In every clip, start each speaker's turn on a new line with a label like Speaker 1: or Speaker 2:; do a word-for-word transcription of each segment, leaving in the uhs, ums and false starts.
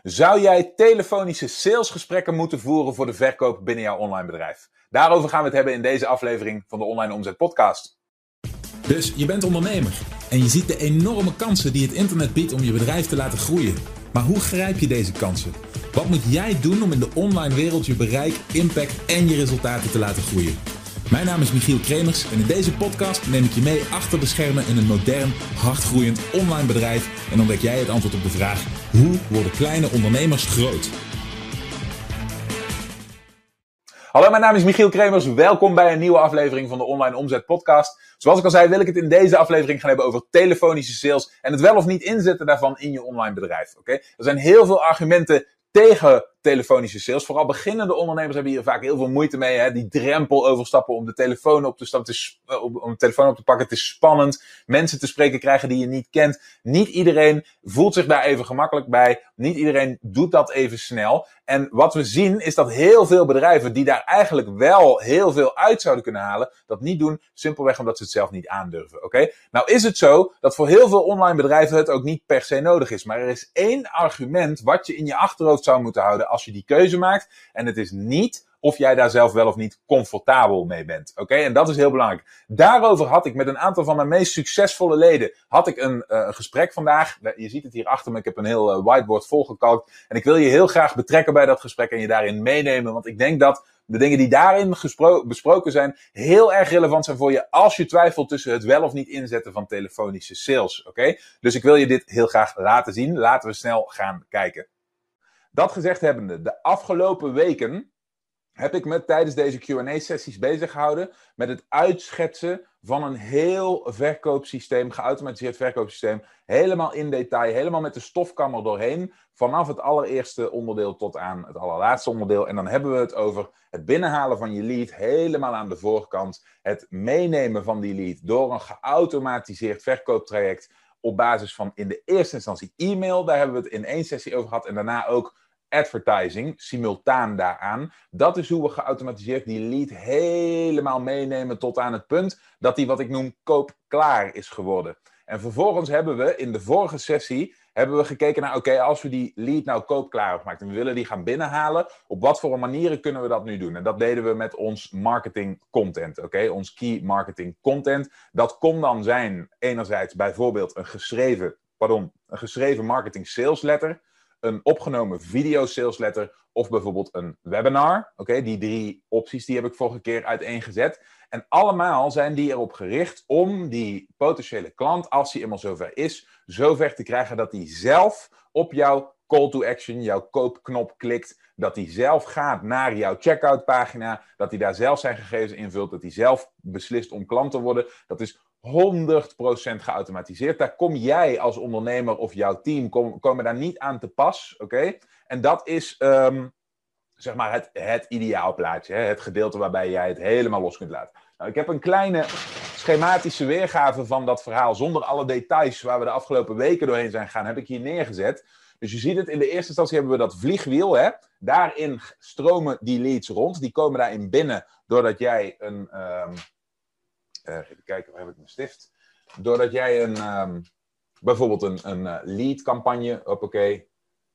Speaker 1: Zou jij telefonische salesgesprekken moeten voeren voor de verkoop binnen jouw online bedrijf? Daarover gaan we het hebben in deze aflevering van de Online Omzet Podcast.
Speaker 2: Dus je bent ondernemer en je ziet de enorme kansen die het internet biedt om je bedrijf te laten groeien. Maar hoe grijp je deze kansen? Wat moet jij doen om in de online wereld je bereik, impact en je resultaten te laten groeien? Mijn naam is Michiel Kremers en in deze podcast neem ik je mee achter de schermen in een modern, hardgroeiend online bedrijf en ontdek jij het antwoord op de vraag: hoe worden kleine ondernemers groot?
Speaker 1: Hallo, mijn naam is Michiel Kremers. Welkom bij een nieuwe aflevering van de Online Omzet Podcast. Zoals ik al zei, wil ik het in deze aflevering gaan hebben over telefonische sales en het wel of niet inzetten daarvan in je online bedrijf. Oké? Er zijn heel veel argumenten tegen telefonische sales. Vooral beginnende ondernemers hebben hier vaak heel veel moeite mee. Hè? Die drempel overstappen om de telefoon op te stappen, om de telefoon op te pakken. Het is spannend. Mensen te spreken krijgen die je niet kent. Niet iedereen voelt zich daar even gemakkelijk bij. Niet iedereen doet dat even snel. En wat we zien is dat heel veel bedrijven die daar eigenlijk wel heel veel uit zouden kunnen halen, dat niet doen, simpelweg omdat ze het zelf niet aandurven. Oké? Nou is het zo dat voor heel veel online bedrijven het ook niet per se nodig is. Maar er is één argument wat je in je achterhoofd zou moeten houden als je die keuze maakt. En het is niet of jij daar zelf wel of niet comfortabel mee bent. Oké? En dat is heel belangrijk. Daarover had ik met een aantal van mijn meest succesvolle leden had ik een, uh, een gesprek vandaag. Je ziet het hier achter me. Ik heb een heel uh, whiteboard volgekalkt. En ik wil je heel graag betrekken bij dat gesprek en je daarin meenemen. Want ik denk dat de dingen die daarin gespro- besproken zijn heel erg relevant zijn voor je als je twijfelt tussen het wel of niet inzetten van telefonische sales. Oké? Dus ik wil je dit heel graag laten zien. Laten we snel gaan kijken. Dat gezegd hebbende, de afgelopen weken heb ik me tijdens deze Q en A-sessies bezig gehouden met het uitschetsen van een heel verkoopsysteem, geautomatiseerd verkoopsysteem, helemaal in detail, helemaal met de stofkammer doorheen, vanaf het allereerste onderdeel tot aan het allerlaatste onderdeel. En dan hebben we het over het binnenhalen van je lead helemaal aan de voorkant, het meenemen van die lead door een geautomatiseerd verkooptraject op basis van in de eerste instantie e-mail, daar hebben we het in één sessie over gehad, en daarna ook advertising, simultaan daaraan. Dat is hoe we geautomatiseerd die lead helemaal meenemen tot aan het punt dat die wat ik noem koopklaar is geworden. En vervolgens hebben we in de vorige sessie hebben we gekeken naar, oké, okay, als we die lead nou koopklaar hebben gemaakt en we willen die gaan binnenhalen, op wat voor manieren kunnen we dat nu doen? En dat deden we met ons marketing content, oké, okay? Ons key marketing content. Dat kon dan zijn enerzijds bijvoorbeeld een geschreven, pardon, een geschreven marketing sales letter, een opgenomen video sales letter of bijvoorbeeld een webinar. Oké, okay, die drie opties die heb ik vorige keer uiteengezet. En allemaal zijn die erop gericht om die potentiële klant, als hij eenmaal zover is, zover te krijgen dat hij zelf op jouw call to action, jouw koopknop klikt, dat hij zelf gaat naar jouw checkout pagina, dat hij daar zelf zijn gegevens invult, dat hij zelf beslist om klant te worden. Dat is honderd procent geautomatiseerd. Daar kom jij als ondernemer of jouw team kom, komen daar niet aan te pas. Oké? Okay? En dat is um, zeg maar het, het ideaalplaatje. Hè? Het gedeelte waarbij jij het helemaal los kunt laten. Nou, ik heb een kleine schematische weergave van dat verhaal zonder alle details waar we de afgelopen weken doorheen zijn gegaan, heb ik hier neergezet. Dus je ziet het, in de eerste instantie hebben we dat vliegwiel. Hè? Daarin stromen die leads rond. Die komen daarin binnen doordat jij een Um, Uh, even kijken, waar heb ik mijn stift? Doordat jij een, um, bijvoorbeeld een, een uh, lead campagne, hoppakee,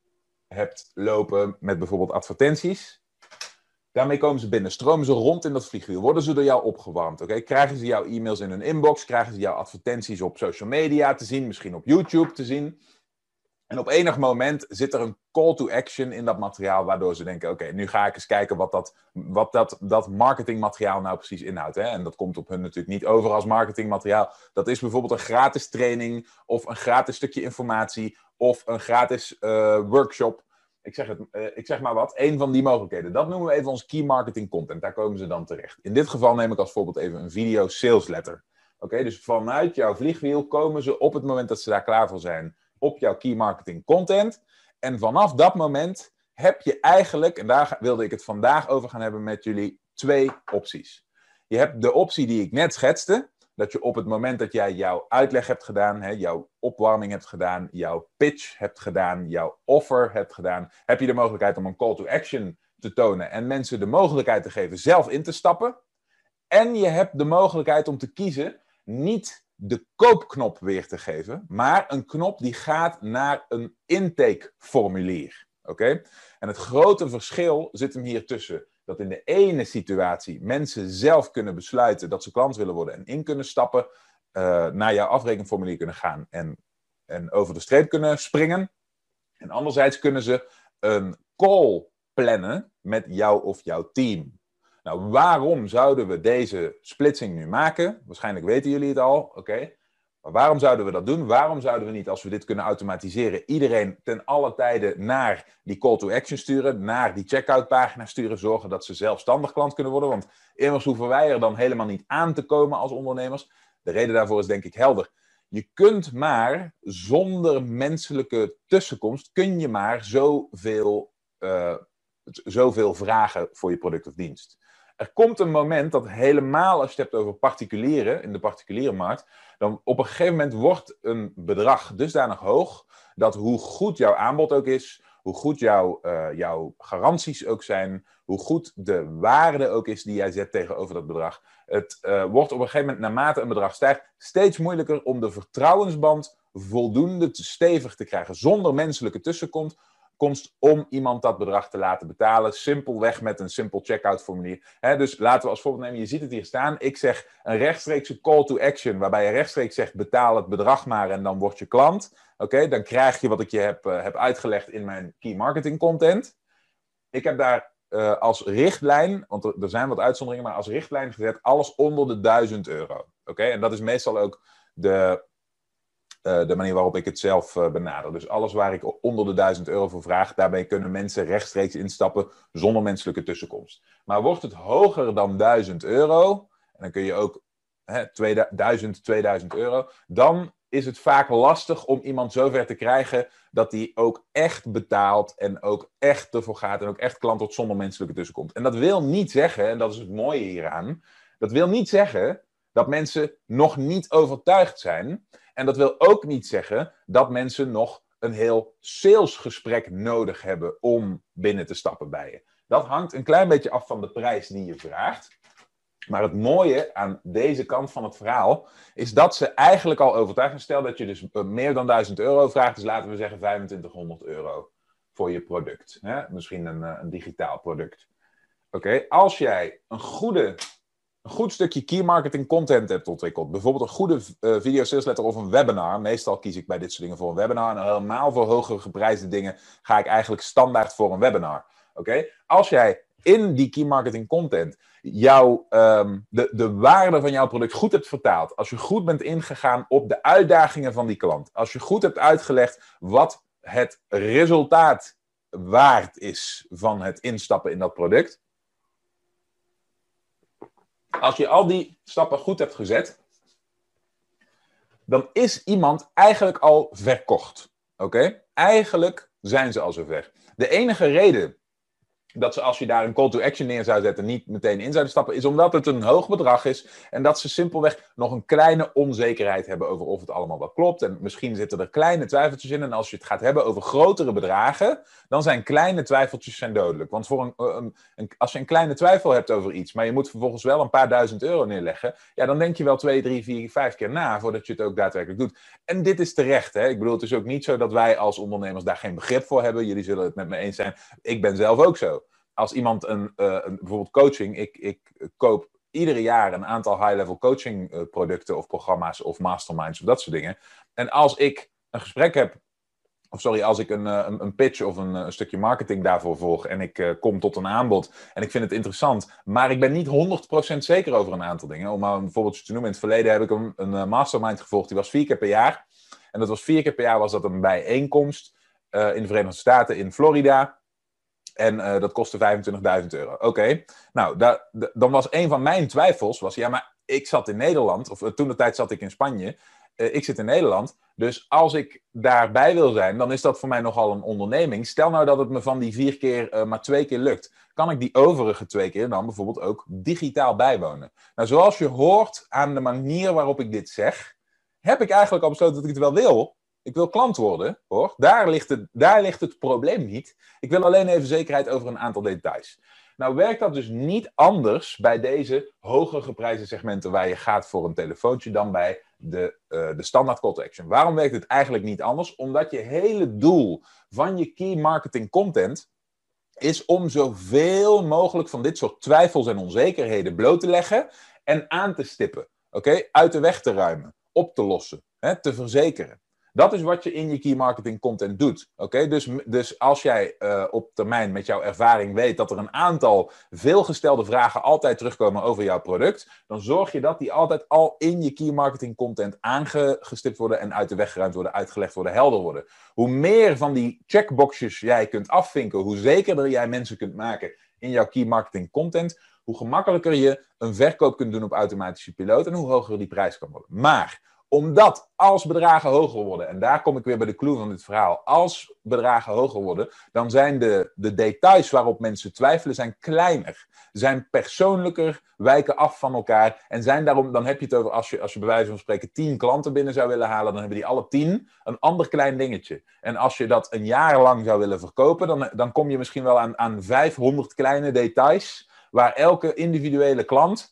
Speaker 1: hebt lopen met bijvoorbeeld advertenties. Daarmee komen ze binnen, stromen ze rond in dat vliegwiel, worden ze door jou opgewarmd. Okay? Krijgen ze jouw e-mails in hun inbox, krijgen ze jouw advertenties op social media te zien, misschien op YouTube te zien. En op enig moment zit er een call to action in dat materiaal, waardoor ze denken, oké, okay, nu ga ik eens kijken wat dat, wat dat, dat marketingmateriaal nou precies inhoudt. Hè? En dat komt op hun natuurlijk niet over als marketingmateriaal. Dat is bijvoorbeeld een gratis training, of een gratis stukje informatie, of een gratis uh, workshop. Ik zeg, het, uh, ik zeg maar wat, één van die mogelijkheden. Dat noemen we even ons key marketing content. Daar komen ze dan terecht. In dit geval neem ik als voorbeeld even een video sales letter. Oké, okay, dus vanuit jouw vliegwiel komen ze op het moment dat ze daar klaar voor zijn op jouw key marketing content. En vanaf dat moment heb je eigenlijk, en daar wilde ik het vandaag over gaan hebben met jullie, twee opties. Je hebt de optie die ik net schetste, dat je op het moment dat jij jouw uitleg hebt gedaan, hè, jouw opwarming hebt gedaan, jouw pitch hebt gedaan, jouw offer hebt gedaan, heb je de mogelijkheid om een call to action te tonen en mensen de mogelijkheid te geven zelf in te stappen. En je hebt de mogelijkheid om te kiezen niet de koopknop weer te geven, maar een knop die gaat naar een intakeformulier. Oké? Okay? En het grote verschil zit hem hier tussen. Dat in de ene situatie mensen zelf kunnen besluiten dat ze klant willen worden en in kunnen stappen, uh, naar jouw afrekenformulier kunnen gaan en, en over de streep kunnen springen. En anderzijds kunnen ze een call plannen met jou of jouw team. Nou, waarom zouden we deze splitsing nu maken? Waarschijnlijk weten jullie het al, oké. Okay. Maar waarom zouden we dat doen? Waarom zouden we niet, als we dit kunnen automatiseren, iedereen ten alle tijde naar die call to action sturen, naar die checkout pagina sturen, zorgen dat ze zelfstandig klant kunnen worden? Want immers hoeven wij er dan helemaal niet aan te komen als ondernemers. De reden daarvoor is denk ik helder. Je kunt maar, zonder menselijke tussenkomst, kun je maar zoveel, uh, zoveel vragen voor je product of dienst. Er komt een moment dat helemaal, als je het hebt over particulieren, in de particuliere markt, dan op een gegeven moment wordt een bedrag dusdanig hoog, dat hoe goed jouw aanbod ook is, hoe goed jouw, uh, jouw garanties ook zijn, hoe goed de waarde ook is die jij zet tegenover dat bedrag. Het uh, wordt op een gegeven moment, naarmate een bedrag stijgt, steeds moeilijker om de vertrouwensband voldoende te stevig te krijgen, zonder menselijke tussenkomst, om iemand dat bedrag te laten betalen. Simpelweg met een simpel checkout formulier. He, dus laten we als voorbeeld nemen, je ziet het hier staan. Ik zeg een rechtstreekse call to action, waarbij je rechtstreeks zegt, betaal het bedrag maar en dan word je klant. Oké, okay, dan krijg je wat ik je heb, uh, heb uitgelegd in mijn key marketing content. Ik heb daar uh, als richtlijn, want er, er zijn wat uitzonderingen, maar als richtlijn gezet, alles onder de duizend euro. Oké, okay? En dat is meestal ook de... Uh, de manier waarop ik het zelf uh, benader. Dus alles waar ik onder de duizend euro voor vraag, daarbij kunnen mensen rechtstreeks instappen zonder menselijke tussenkomst. Maar wordt het hoger dan duizend euro, en dan kun je ook hè, duizend, tweeduizend euro, dan is het vaak lastig om iemand zover te krijgen dat die ook echt betaalt en ook echt ervoor gaat en ook echt klant wordt zonder menselijke tussenkomst. En dat wil niet zeggen, en dat is het mooie hieraan, dat wil niet zeggen dat mensen nog niet overtuigd zijn. En dat wil ook niet zeggen dat mensen nog een heel salesgesprek nodig hebben om binnen te stappen bij je. Dat hangt een klein beetje af van de prijs die je vraagt. Maar het mooie aan deze kant van het verhaal is dat ze eigenlijk al overtuigd zijn. Stel dat je dus meer dan duizend euro vraagt, dus laten we zeggen vijfentwintighonderd euro voor je product. Hè? Misschien een, een digitaal product. Oké, okay. Als jij een goede... een goed stukje key marketing content hebt ontwikkeld. Bijvoorbeeld een goede uh, video sales letter of een webinar. Meestal kies ik bij dit soort dingen voor een webinar. En helemaal voor hoger geprijsde dingen ga ik eigenlijk standaard voor een webinar. Oké? Okay? Als jij in die key marketing content jouw, um, de, de waarde van jouw product goed hebt vertaald. Als je goed bent ingegaan op de uitdagingen van die klant. Als je goed hebt uitgelegd wat het resultaat waard is van het instappen in dat product. Als je al die stappen goed hebt gezet, dan is iemand eigenlijk al verkocht. Oké? Okay? Eigenlijk zijn ze al zover. De enige reden dat ze, als je daar een call to action neer zou zetten, niet meteen in zouden stappen, is omdat het een hoog bedrag is en dat ze simpelweg nog een kleine onzekerheid hebben over of het allemaal wel klopt. En misschien zitten er kleine twijfeltjes in. En als je het gaat hebben over grotere bedragen, dan zijn kleine twijfeltjes zijn dodelijk. Want voor een, een, een, als je een kleine twijfel hebt over iets, maar je moet vervolgens wel een paar duizend euro neerleggen, ja, dan denk je wel twee, drie, vier, vijf keer na voordat je het ook daadwerkelijk doet. En dit is terecht, hè. Ik bedoel, het is ook niet zo dat wij als ondernemers daar geen begrip voor hebben. Jullie zullen het met me eens zijn. Ik ben zelf ook zo. Als iemand een, uh, een bijvoorbeeld coaching, ik, ik koop iedere jaar een aantal high-level coaching uh, producten of programma's of masterminds of dat soort dingen. En als ik een gesprek heb, of sorry, als ik een, een, een pitch of een, een stukje marketing daarvoor volg en ik uh, kom tot een aanbod en ik vind het interessant, maar ik ben niet honderd procent zeker over een aantal dingen. Om maar een voorbeeldje te noemen, in het verleden heb ik een, een mastermind gevolgd, die was vier keer per jaar. En dat was vier keer per jaar was dat een bijeenkomst uh, in de Verenigde Staten in Florida. En uh, dat kostte vijfentwintigduizend euro. Oké, okay. Nou, da, da, dan was een van mijn twijfels, was ja, maar ik zat in Nederland, of uh, toen de tijd zat ik in Spanje, uh, ik zit in Nederland, dus als ik daarbij wil zijn, dan is dat voor mij nogal een onderneming. Stel nou dat het me van die vier keer uh, maar twee keer lukt, kan ik die overige twee keer dan bijvoorbeeld ook digitaal bijwonen. Nou, zoals je hoort aan de manier waarop ik dit zeg, heb ik eigenlijk al besloten dat ik het wel wil. Ik wil klant worden, hoor. Daar ligt het, daar ligt het probleem niet. Ik wil alleen even zekerheid over een aantal details. Nou werkt dat dus niet anders bij deze hoger geprijsde segmenten waar je gaat voor een telefoontje dan bij de, uh, de standaard call to action. Waarom werkt het eigenlijk niet anders? Omdat je hele doel van je key marketing content is om zoveel mogelijk van dit soort twijfels en onzekerheden bloot te leggen en aan te stippen. Okay? Uit de weg te ruimen, op te lossen, hè, te verzekeren. Dat is wat je in je key marketing content doet. Okay? Dus, dus als jij uh, op termijn met jouw ervaring weet dat er een aantal veelgestelde vragen altijd terugkomen over jouw product, dan zorg je dat die altijd al in je key marketing content aangestipt worden en uit de weg geruimd worden, uitgelegd worden, helder worden. Hoe meer van die checkboxjes jij kunt afvinken, hoe zekerder jij mensen kunt maken in jouw key marketing content, hoe gemakkelijker je een verkoop kunt doen op automatische piloot en hoe hoger die prijs kan worden. Maar omdat als bedragen hoger worden, en daar kom ik weer bij de clue van dit verhaal, als bedragen hoger worden, dan zijn de, de details waarop mensen twijfelen zijn kleiner, zijn persoonlijker, wijken af van elkaar en zijn daarom, dan heb je het over, als je, als je bij wijze van spreken tien klanten binnen zou willen halen, dan hebben die alle tien een ander klein dingetje. En als je dat een jaar lang zou willen verkopen, dan, dan kom je misschien wel aan, aan vijfhonderd kleine details, waar elke individuele klant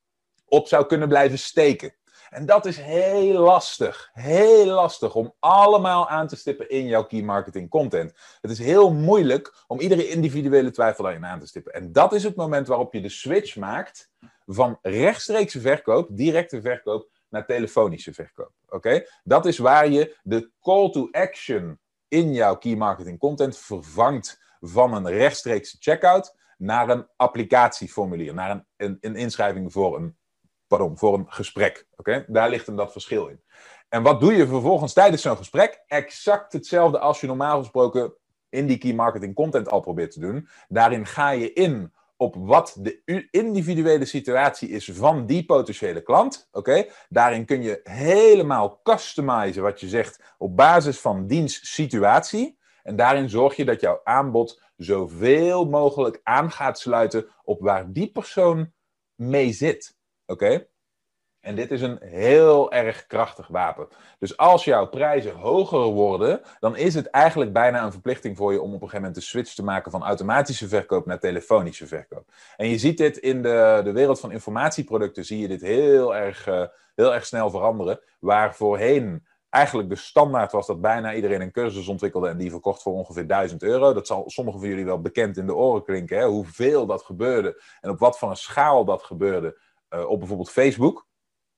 Speaker 1: op zou kunnen blijven steken. En dat is heel lastig, heel lastig om allemaal aan te stippen in jouw key marketing content. Het is heel moeilijk om iedere individuele twijfel daarin aan te stippen. En dat is het moment waarop je de switch maakt van rechtstreekse verkoop, directe verkoop, naar telefonische verkoop. Okay? Dat is waar je de call to action in jouw key marketing content vervangt van een rechtstreekse checkout naar een applicatieformulier, naar een, een, een inschrijving voor een Pardon, voor een gesprek. Okay? Daar ligt hem dat verschil in. En wat doe je vervolgens tijdens zo'n gesprek? Exact hetzelfde als je normaal gesproken in die key marketing content al probeert te doen. Daarin ga je in op wat de individuele situatie is van die potentiële klant. Okay? Daarin kun je helemaal customizen wat je zegt op basis van diens situatie. En daarin zorg je dat jouw aanbod zoveel mogelijk aan gaat sluiten op waar die persoon mee zit. Oké? Okay? En dit is een heel erg krachtig wapen. Dus als jouw prijzen hoger worden, dan is het eigenlijk bijna een verplichting voor je om op een gegeven moment de switch te maken van automatische verkoop naar telefonische verkoop. En je ziet dit in de, de wereld van informatieproducten, zie je dit heel erg, uh, heel erg snel veranderen. Waar voorheen eigenlijk de standaard was dat bijna iedereen een cursus ontwikkelde en die verkocht voor ongeveer duizend euro. Dat zal sommigen van jullie wel bekend in de oren klinken, hè? Hoeveel dat gebeurde en op wat voor een schaal dat gebeurde. Uh, op bijvoorbeeld Facebook,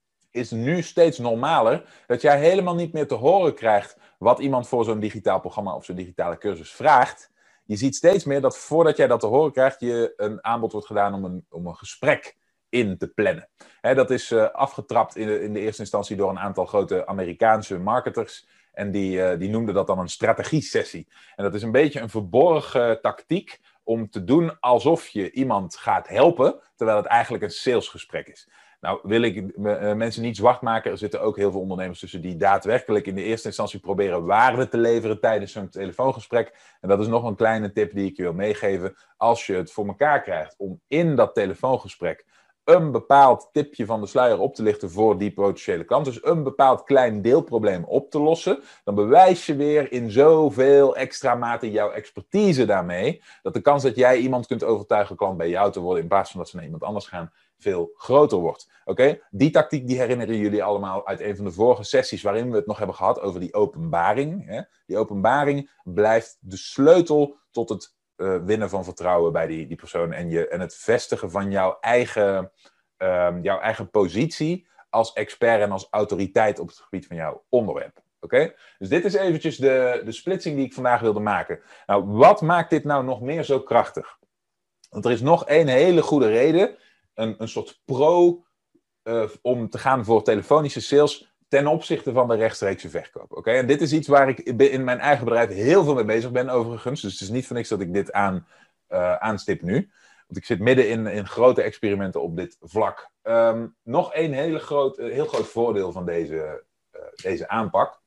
Speaker 1: is nu steeds normaler dat jij helemaal niet meer te horen krijgt wat iemand voor zo'n digitaal programma of zo'n digitale cursus vraagt. Je ziet steeds meer dat voordat jij dat te horen krijgt, je een aanbod wordt gedaan om een, om een gesprek in te plannen. Hè, dat is uh, afgetrapt in de, in de eerste instantie door een aantal grote Amerikaanse marketers. En die, uh, die noemden dat dan een strategie-sessie. En dat is een beetje een verborgen uh, tactiek om te doen alsof je iemand gaat helpen, terwijl het eigenlijk een salesgesprek is. Nou wil ik uh, mensen niet zwart maken. Er zitten ook heel veel ondernemers tussen die daadwerkelijk in de eerste instantie proberen waarde te leveren tijdens zo'n telefoongesprek. En dat is nog een kleine tip die ik je wil meegeven. Als je het voor elkaar krijgt om in dat telefoongesprek een bepaald tipje van de sluier op te lichten voor die potentiële klant. Dus een bepaald klein deelprobleem op te lossen. Dan bewijs je weer in zoveel extra mate jouw expertise daarmee. Dat de kans dat jij iemand kunt overtuigen klant bij jou te worden in plaats van dat ze naar iemand anders gaan, veel groter wordt. Okay? Die tactiek die herinneren jullie allemaal uit een van de vorige sessies waarin we het nog hebben gehad over die openbaring. Hè? Die openbaring blijft de sleutel tot het Uh, winnen van vertrouwen bij die, die persoon en, je, en het vestigen van jouw eigen, uh, jouw eigen positie als expert en als autoriteit op het gebied van jouw onderwerp. Okay? Dus dit is eventjes de, de splitsing die ik vandaag wilde maken. Nou, wat maakt dit nou nog meer zo krachtig? Want er is nog één hele goede reden, een, een soort pro uh, om te gaan voor telefonische sales ten opzichte van de rechtstreekse verkoop. Okay? En dit is iets waar ik in mijn eigen bedrijf heel veel mee bezig ben overigens. Dus het is niet voor niks dat ik dit aan, uh, aanstip nu. Want ik zit midden in, in grote experimenten op dit vlak. Um, nog één hele groot, uh, heel groot voordeel van deze, uh, deze aanpak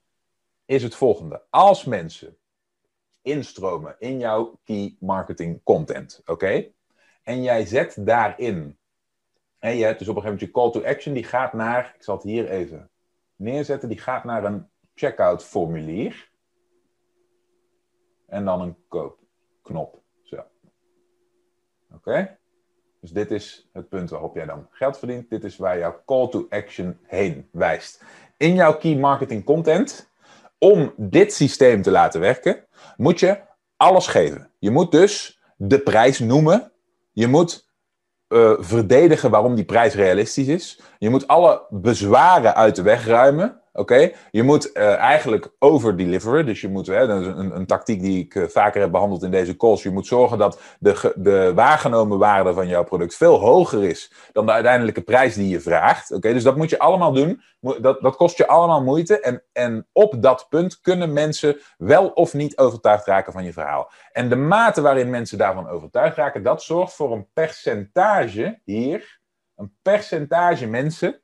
Speaker 1: is het volgende. Als mensen instromen in jouw key marketing content, oké? Okay? En jij zet daarin, en je hebt dus op een gegeven moment je call to action, die gaat naar, ik zal het hier even neerzetten, die gaat naar een checkout formulier. En dan een koopknop. Zo. Oké. Oké? Okay? Dus dit is het punt waarop jij dan geld verdient. Dit is waar jouw call to action heen wijst. In jouw key marketing content, om dit systeem te laten werken, moet je alles geven. Je moet dus de prijs noemen. Je moet uh, verdedigen waarom die prijs realistisch is. Je moet alle bezwaren uit de weg ruimen. Oké, okay? Je moet uh, eigenlijk overdeliveren. Dus je moet, hè, dat is een, een tactiek die ik uh, vaker heb behandeld in deze calls. Je moet zorgen dat de, de waargenomen waarde van jouw product veel hoger is dan de uiteindelijke prijs die je vraagt. Oké, okay? Dus dat moet je allemaal doen. Dat, dat kost je allemaal moeite. En, en op dat punt kunnen mensen wel of niet overtuigd raken van je verhaal. En de mate waarin mensen daarvan overtuigd raken, dat zorgt voor een percentage hier. Een percentage mensen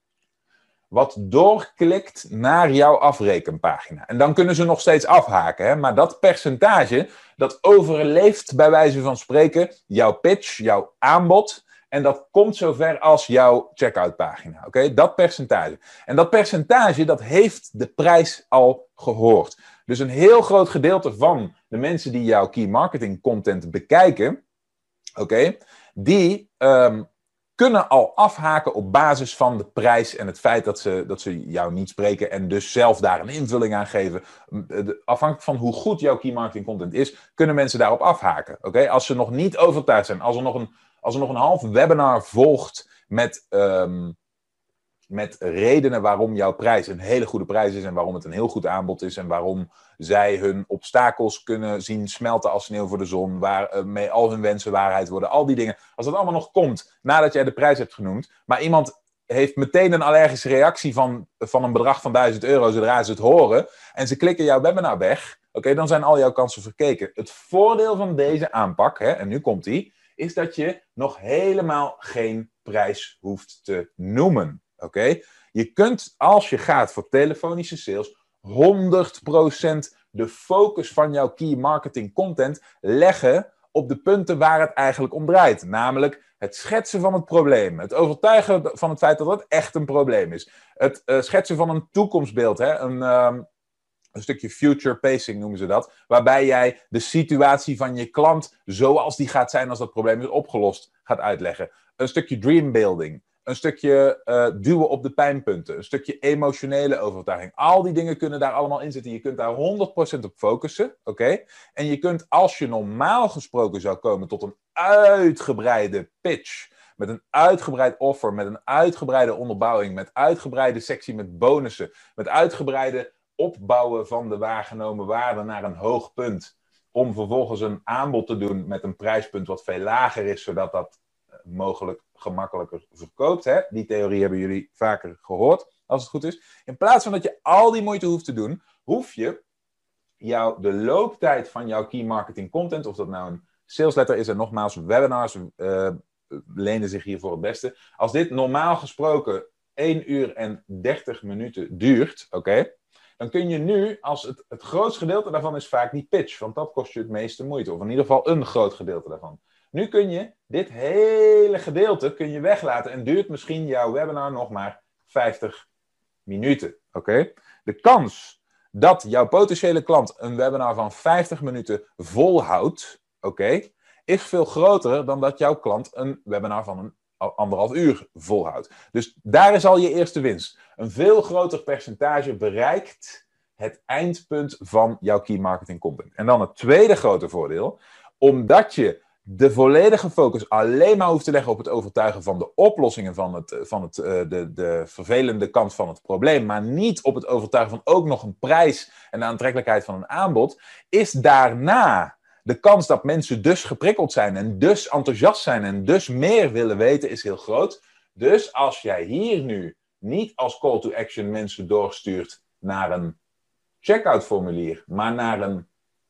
Speaker 1: wat doorklikt naar jouw afrekenpagina. En dan kunnen ze nog steeds afhaken. Hè? Maar dat percentage, dat overleeft bij wijze van spreken jouw pitch, jouw aanbod. En dat komt zover als jouw checkoutpagina. Oké, okay? Dat percentage. En dat percentage, dat heeft de prijs al gehoord. Dus een heel groot gedeelte van de mensen die jouw key marketing content bekijken, oké, okay, die Um, kunnen al afhaken op basis van de prijs en het feit dat ze, dat ze jou niet spreken en dus zelf daar een invulling aan geven. Afhankelijk van hoe goed jouw key marketing content is, kunnen mensen daarop afhaken. Okay? Als ze nog niet overtuigd zijn, als er nog een, als er nog een half webinar volgt met, um, met redenen waarom jouw prijs een hele goede prijs is en waarom het een heel goed aanbod is en waarom zij hun obstakels kunnen zien smelten als sneeuw voor de zon, waarmee al hun wensen waarheid worden, al die dingen. Als dat allemaal nog komt nadat jij de prijs hebt genoemd, maar iemand heeft meteen een allergische reactie van, van een bedrag van duizend euro zodra ze het horen en ze klikken jouw webinar weg, oké, okay, dan zijn al jouw kansen verkeken. Het voordeel van deze aanpak, hè, en nu komt die, is dat je nog helemaal geen prijs hoeft te noemen. Oké? Okay? Je kunt, als je gaat voor telefonische sales, honderd procent de focus van jouw key marketing content leggen op de punten waar het eigenlijk om draait. Namelijk het schetsen van het probleem. Het overtuigen van het feit dat het echt een probleem is. Het uh, schetsen van een toekomstbeeld. Hè? Een, um, een stukje future pacing noemen ze dat. Waarbij jij de situatie van je klant, zoals die gaat zijn als dat probleem is opgelost, gaat uitleggen. Een stukje dream building. Een stukje uh, duwen op de pijnpunten. Een stukje emotionele overtuiging. Al die dingen kunnen daar allemaal in zitten. Je kunt daar honderd procent op focussen. Oké? Okay? En je kunt, als je normaal gesproken zou komen tot een uitgebreide pitch. Met een uitgebreid offer. Met een uitgebreide onderbouwing. Met uitgebreide sectie met bonussen. Met uitgebreide opbouwen van de waargenomen waarde naar een hoog punt. Om vervolgens een aanbod te doen met een prijspunt wat veel lager is. Zodat dat mogelijk gemakkelijker verkoopt. Hè? Die theorie hebben jullie vaker gehoord, als het goed is. In plaats van dat je al die moeite hoeft te doen, hoef je jou, de looptijd van jouw key marketing content, of dat nou een salesletter is, en nogmaals, webinars uh, lenen zich hiervoor het beste. Als dit normaal gesproken één uur en dertig minuten duurt, oké, okay, dan kun je nu, als het, het grootste gedeelte daarvan is vaak die pitch, want dat kost je het meeste moeite, of in ieder geval een groot gedeelte daarvan. Nu kun je dit hele gedeelte kun je weglaten en duurt misschien jouw webinar nog maar vijftig minuten. Oké? Okay? De kans dat jouw potentiële klant een webinar van vijftig minuten volhoudt, oké, okay, is veel groter dan dat jouw klant een webinar van een anderhalf uur volhoudt. Dus daar is al je eerste winst. Een veel groter percentage bereikt het eindpunt van jouw key marketing content. En dan het tweede grote voordeel, omdat je de volledige focus alleen maar hoeft te leggen op het overtuigen van de oplossingen van, het, van het, uh, de, de vervelende kant van het probleem, maar niet op het overtuigen van ook nog een prijs en de aantrekkelijkheid van een aanbod, is daarna de kans dat mensen dus geprikkeld zijn en dus enthousiast zijn en dus meer willen weten is heel groot. Dus als jij hier nu niet als call to action mensen doorstuurt naar een checkout formulier, maar naar een,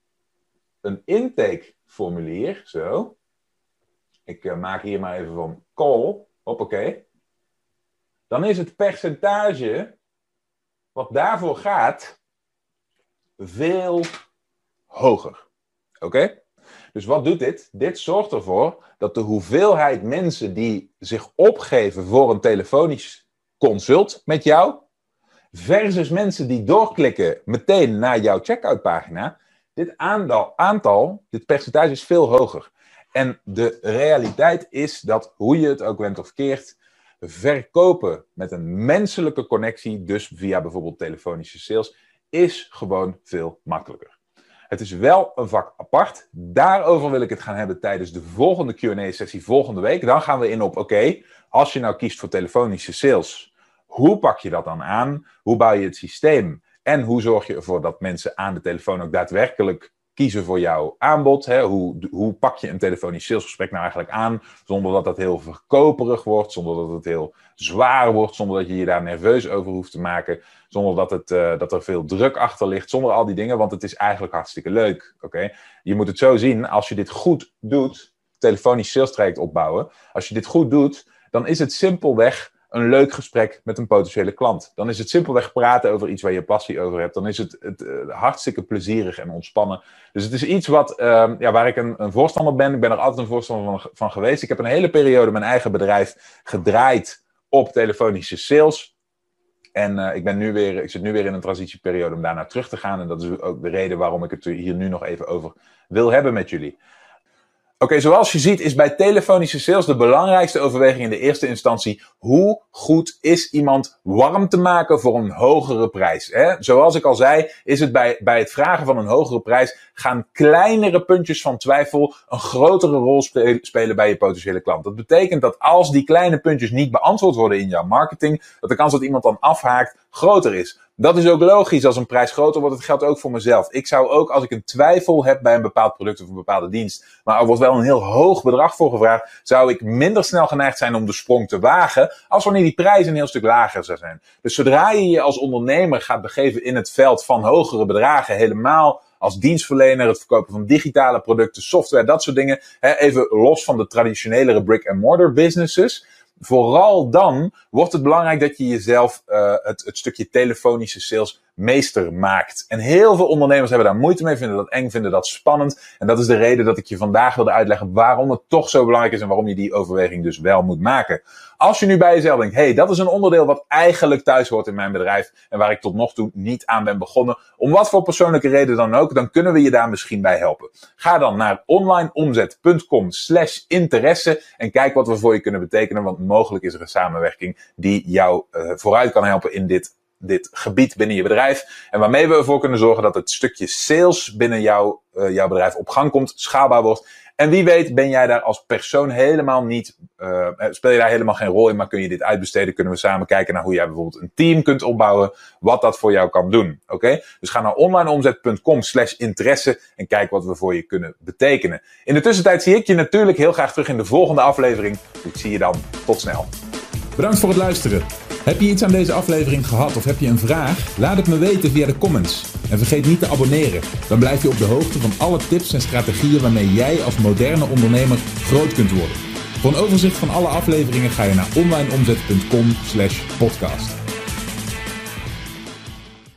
Speaker 1: een intake formulier, zo. Ik uh, maak hier maar even van call, hoppakee. Dan is het percentage wat daarvoor gaat veel hoger. Oké? Okay? Dus wat doet dit? Dit zorgt ervoor dat de hoeveelheid mensen die zich opgeven voor een telefonisch consult met jou, versus mensen die doorklikken meteen naar jouw checkoutpagina, dit aantal, aantal, dit percentage is veel hoger. En de realiteit is dat, hoe je het ook went of keert, verkopen met een menselijke connectie, dus via bijvoorbeeld telefonische sales, is gewoon veel makkelijker. Het is wel een vak apart. Daarover wil ik het gaan hebben tijdens de volgende Q en A-sessie volgende week. Dan gaan we in op, oké, okay, als je nou kiest voor telefonische sales, hoe pak je dat dan aan? Hoe bouw je het systeem? En hoe zorg je ervoor dat mensen aan de telefoon ook daadwerkelijk kiezen voor jouw aanbod? Hè? Hoe, hoe pak je een telefonisch salesgesprek nou eigenlijk aan, zonder dat dat heel verkoperig wordt, zonder dat het heel zwaar wordt, zonder dat je je daar nerveus over hoeft te maken, zonder dat, het, uh, dat er veel druk achter ligt, zonder al die dingen, want het is eigenlijk hartstikke leuk. Okay? Je moet het zo zien, als je dit goed doet, telefonisch sales traject opbouwen, als je dit goed doet, dan is het simpelweg een leuk gesprek met een potentiële klant. Dan is het simpelweg praten over iets waar je passie over hebt. Dan is het, het uh, hartstikke plezierig en ontspannen. Dus het is iets wat, uh, ja, waar ik een, een voorstander ben. Ik ben er altijd een voorstander van, van geweest. Ik heb een hele periode mijn eigen bedrijf gedraaid op telefonische sales. En uh, ik, ben nu weer, ik zit nu weer in een transitieperiode om daarna terug te gaan. En dat is ook de reden waarom ik het hier nu nog even over wil hebben met jullie. Oké, okay, zoals je ziet is bij telefonische sales de belangrijkste overweging in de eerste instantie: hoe goed is iemand warm te maken voor een hogere prijs? Hè? Zoals ik al zei, is het bij, bij het vragen van een hogere prijs gaan kleinere puntjes van twijfel een grotere rol spe- spelen bij je potentiële klant. Dat betekent dat als die kleine puntjes niet beantwoord worden in jouw marketing, dat de kans dat iemand dan afhaakt groter is. Dat is ook logisch. Als een prijs groter wordt, dat geldt ook voor mezelf. Ik zou ook, als ik een twijfel heb bij een bepaald product of een bepaalde dienst, maar er wordt wel een heel hoog bedrag voor gevraagd, zou ik minder snel geneigd zijn om de sprong te wagen, als wanneer die prijs een heel stuk lager zou zijn. Dus zodra je je als ondernemer gaat begeven in het veld van hogere bedragen, helemaal als dienstverlener, het verkopen van digitale producten, software, dat soort dingen, hè, even los van de traditionelere brick-and-mortar businesses, vooral dan wordt het belangrijk dat je jezelf uh, het, het stukje telefonische sales meester maakt. En heel veel ondernemers hebben daar moeite mee, vinden dat eng, vinden dat spannend. En dat is de reden dat ik je vandaag wilde uitleggen waarom het toch zo belangrijk is en waarom je die overweging dus wel moet maken. Als je nu bij jezelf denkt, hey, dat is een onderdeel wat eigenlijk thuis hoort in mijn bedrijf en waar ik tot nog toe niet aan ben begonnen, om wat voor persoonlijke reden dan ook, dan kunnen we je daar misschien bij helpen. Ga dan naar onlineomzet.com slash interesse en kijk wat we voor je kunnen betekenen, want mogelijk is er een samenwerking die jou uh, vooruit kan helpen in dit dit gebied binnen je bedrijf. En waarmee we ervoor kunnen zorgen dat het stukje sales binnen jou, uh, jouw bedrijf op gang komt, schaalbaar wordt. En wie weet ben jij daar als persoon helemaal niet, uh, speel je daar helemaal geen rol in, maar kun je dit uitbesteden, kunnen we samen kijken naar hoe jij bijvoorbeeld een team kunt opbouwen, wat dat voor jou kan doen. Oké? Okay? Dus ga naar onlineomzet.com slash interesse en kijk wat we voor je kunnen betekenen. In de tussentijd zie ik je natuurlijk heel graag terug in de volgende aflevering. Ik zie je dan. Tot snel.
Speaker 2: Bedankt voor het luisteren. Heb je iets aan deze aflevering gehad of heb je een vraag? Laat het me weten via de comments. En vergeet niet te abonneren. Dan blijf je op de hoogte van alle tips en strategieën waarmee jij als moderne ondernemer groot kunt worden. Voor een overzicht van alle afleveringen ga je naar onlineomzet.com slash podcast.